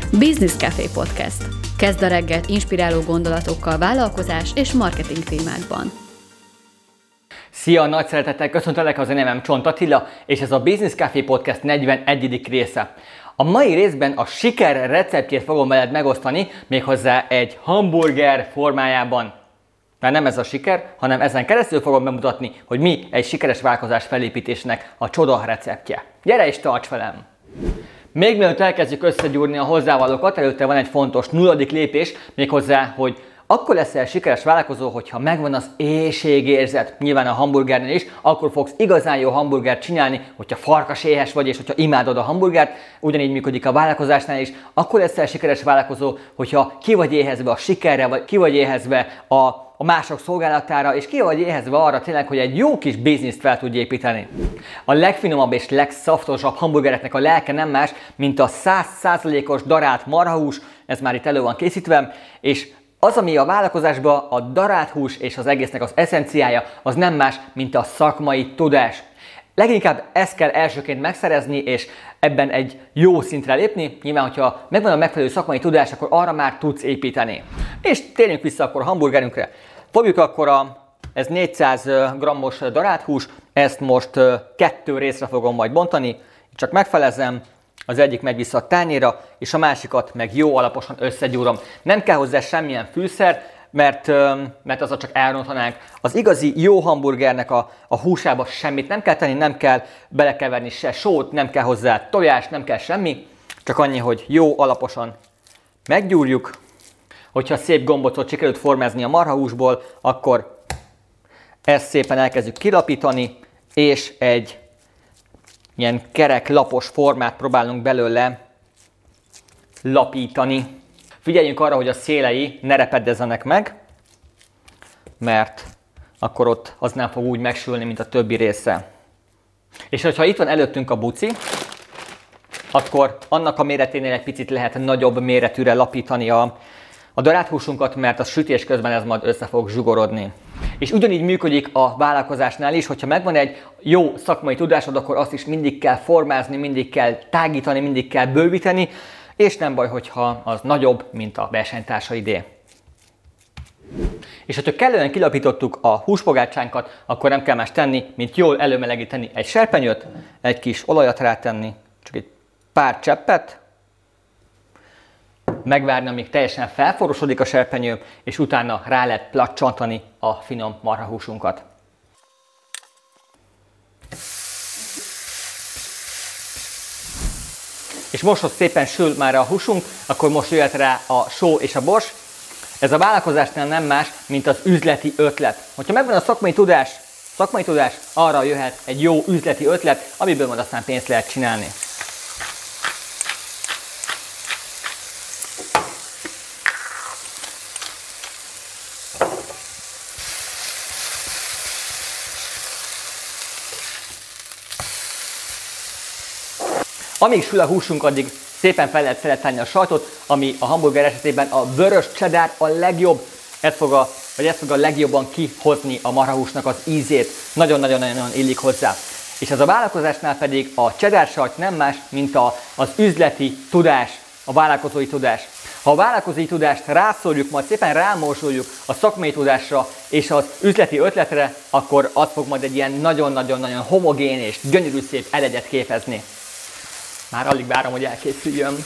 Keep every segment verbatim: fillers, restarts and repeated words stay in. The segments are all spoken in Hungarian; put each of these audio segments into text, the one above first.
Business Café Podcast. Kezd a reggelt inspiráló gondolatokkal vállalkozás és marketing témákban. Szia, nagy szeretettel köszöntelek, az én nevem Csont Attila, és ez a Business Café Podcast negyvenegyedik része. A mai részben a siker receptjét fogom veled megosztani, méghozzá egy hamburger formájában. Mert nem ez a siker, hanem ezen keresztül fogom bemutatni, hogy mi egy sikeres vállalkozás felépítésnek a csoda receptje. Gyere és tarts velem! Még mielőtt elkezdjük összegyúrni a hozzávalókat, előtte van egy fontos nulladik lépés, méghozzá, hogy akkor leszel sikeres vállalkozó, hogyha megvan az éhségérzet, nyilván a hamburgernél is, akkor fogsz igazán jó hamburgert csinálni, hogyha farkas éhes vagy, és hogyha imádod a hamburgert, ugyanígy működik a vállalkozásnál is, akkor leszel sikeres vállalkozó, hogyha ki vagy éhezve a sikerre, vagy ki vagy éhezve a, a mások szolgálatára, és ki vagy éhezve arra tényleg, hogy egy jó kis bizniszt fel tudj építeni. A legfinomabb és legszaftosabb hamburgereknek a lelke nem más, mint a száz százalékos darált marhahús, ez már itt elő van készítve, és az, ami a vállalkozásban a darált hús és az egésznek az eszenciája, az nem más, mint a szakmai tudás. Leginkább ezt kell elsőként megszerezni, és ebben egy jó szintre lépni. Nyilván, hogyha megvan a megfelelő szakmai tudás, akkor arra már tudsz építeni. És térjünk vissza akkor a hamburgerünkre. Fogjuk akkor a, ez négyszáz grammos darált hús, ezt most kettő részre fogom majd bontani, csak megfelezem. Az egyik megy vissza a tányérra, és a másikat meg jó alaposan összegyúrom. Nem kell hozzá semmilyen fűszer, mert, mert azzal csak elrontanánk. Az igazi jó hamburgernek a, a húsába semmit nem kell tenni, nem kell belekeverni se sót, nem kell hozzá tojás, nem kell semmi. Csak annyi, hogy jó alaposan meggyúrjuk. Hogyha szép gombocot sikerült formázni a marhahúsból, akkor ezt szépen elkezdjük kilapítani, és egy ilyen kerek, lapos formát próbálunk belőle lapítani. Figyeljünk arra, hogy a szélei ne repedezzenek meg, mert akkor ott az nem fog úgy megsülni, mint a többi része. És hogyha itt van előttünk a buci, akkor annak a méreténél egy picit lehet nagyobb méretűre lapítani a, a darált húsunkat, mert a sütés közben ez majd össze fog zsugorodni. És ugyanígy működik a vállalkozásnál is, hogyha megvan egy jó szakmai tudásod, akkor azt is mindig kell formázni, mindig kell tágítani, mindig kell bővíteni, és nem baj, hogyha az nagyobb, mint a versenytársaidé. És hogyha kellően kilapítottuk a húspogácsánkat, akkor nem kell más tenni, mint jól előmelegíteni egy serpenyőt, egy kis olajat rátenni, csak egy pár cseppet, megvárni, amíg teljesen felforosodik a serpenyő, és utána rá lehet placsantani a finom marhahúsunkat. És most, hogy szépen sül már a húsunk, akkor most jöhet rá a só és a bors. Ez a vállalkozásnál nem más, mint az üzleti ötlet. Hogyha megvan a szakmai tudás, szakmai tudás, arra jöhet egy jó üzleti ötlet, amiből majd aztán pénzt lehet csinálni. Amíg sül a húsunk, addig szépen fel lehet szeletelni a sajtot, ami a hamburger esetében a vörös cheddar a legjobb. Ez fog a, vagy ez fog a legjobban kihozni a marhahúsnak az ízét. Nagyon-nagyon-nagyon illik hozzá. És ez a vállalkozásnál pedig a cheddar sajt nem más, mint a, az üzleti tudás, a vállalkozói tudás. Ha a vállalkozói tudást rászórjuk, majd szépen rámorzsoljuk a szakmai tudásra és az üzleti ötletre, akkor az fog majd egy ilyen nagyon-nagyon-nagyon homogén és gyönyörű szép elegyet képezni. Már alig várom, hogy elkészüljön.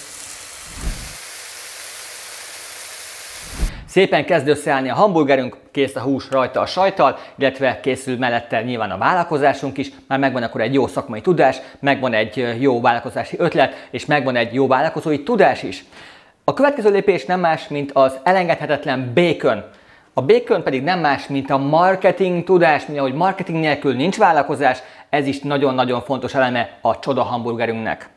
Szépen kezd összeállni a hamburgerünk, kész a hús rajta a sajttal, illetve készül mellette nyilván a vállalkozásunk is, már megvan akkor egy jó szakmai tudás, megvan egy jó vállalkozási ötlet, és megvan egy jó vállalkozói tudás is. A következő lépés nem más, mint az elengedhetetlen bacon. A bacon pedig nem más, mint a marketing tudás, mint ahogy marketing nélkül nincs vállalkozás, ez is nagyon-nagyon fontos eleme a csoda hamburgerünknek.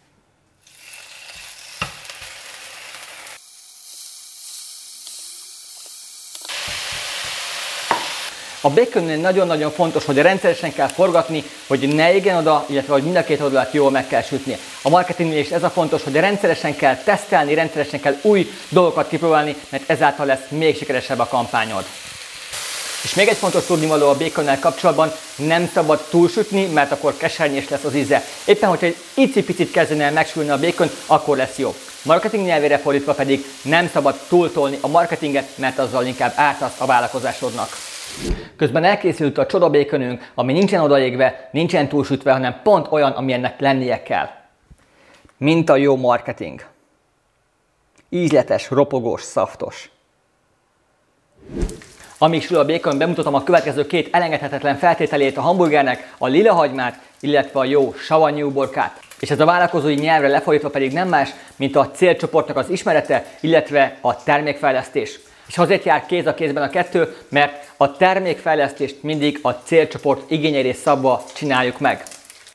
A baconnél nagyon-nagyon fontos, hogy rendszeresen kell forgatni, hogy ne égjen oda, illetve hogy mind a két oldalát jól meg kell sütni. A marketingnél is ez a fontos, hogy rendszeresen kell tesztelni, rendszeresen kell új dolgokat kipróbálni, mert ezáltal lesz még sikeresebb a kampányod. És még egy fontos tudnivaló a baconnel kapcsolatban, nem szabad túlsütni, mert akkor kesernyés lesz az íze. Éppen, hogyha egy icipicit kezdene el megsülni a bacon, akkor lesz jó. Marketing nyelvére fordítva pedig nem szabad túltolni a marketinget, mert azzal inkább ártasz a vállalkozásodnak. Közben elkészült a csodabékönünk, ami nincsen odaégve, nincsen túlsütve, hanem pont olyan, amilyennek lennie kell. Mint a jó marketing. Ízletes, ropogós, szaftos. Amíg sül a békön, bemutatom a következő két elengedhetetlen feltételét a hamburgernek, a lila hagymát, illetve a jó savanyú uborkát. És ez a vállalkozói nyelvre lefordítva pedig nem más, mint a célcsoportnak az ismerete, illetve a termékfejlesztés. És azért jár kéz a kézben a kettő, mert a termékfejlesztést mindig a célcsoport igényeire szabva csináljuk meg.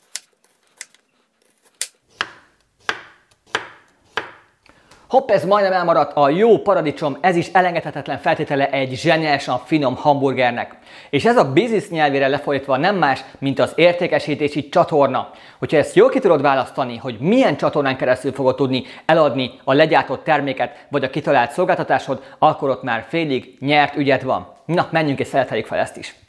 Hopp, ez majdnem elmaradt, a jó paradicsom, ez is elengedhetetlen feltétele egy zseniálisan finom hamburgernek. És ez a business nyelvére lefordítva nem más, mint az értékesítési csatorna. Hogyha ezt jól ki tudod választani, hogy milyen csatornán keresztül fogod tudni eladni a legyártott terméket, vagy a kitalált szolgáltatásod, akkor ott már félig nyert ügyed van. Na, menjünk és szeleteljük fel ezt is.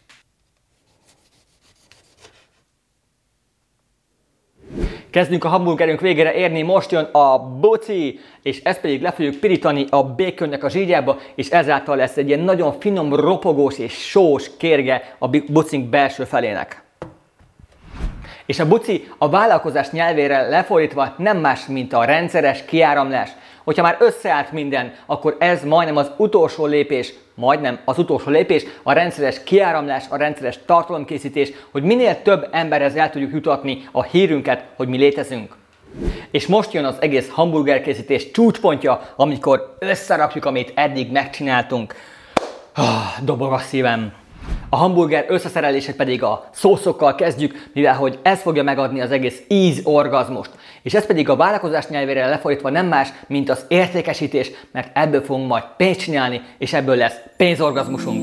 Kezdünk a hamburgerünk végére érni, most jön a buci, és ezt pedig le fogjuk pirítani a békönnek a zsírjába, és ezáltal lesz egy ilyen nagyon finom, ropogós és sós kérge a bucink belső felének. És a buci a vállalkozás nyelvére lefordítva nem más, mint a rendszeres kiáramlás. Hogyha már összeállt minden, akkor ez majdnem az utolsó lépés, majdnem az utolsó lépés, a rendszeres kiáramlás, a rendszeres tartalomkészítés, hogy minél több emberhez el tudjuk jutatni a hírünket, hogy mi létezünk. És most jön az egész hamburgerkészítés csúcspontja, amikor összerakjuk, amit eddig megcsináltunk. Dobog a szívem. A hamburger összeszerelését pedig a szószokkal kezdjük, mivel hogy ez fogja megadni az egész ízorgazmust. És ez pedig a vállalkozás nyelvére lefordítva nem más, mint az értékesítés, mert ebből fogunk majd pénzt csinálni, és ebből lesz pénzorgazmusunk.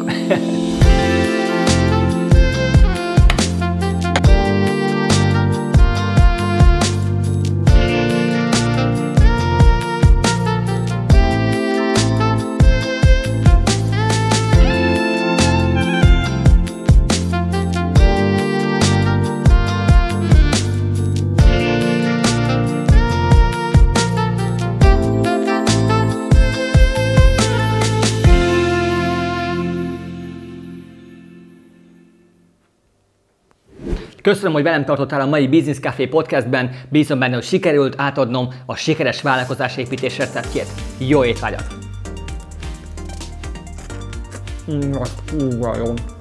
Köszönöm, hogy velem tartottál a mai Business Café podcastben. Bízom benne, hogy sikerült átadnom a sikeres vállalkozásépítés receptjét. Jó étvágyat! Mm, az kurva jó.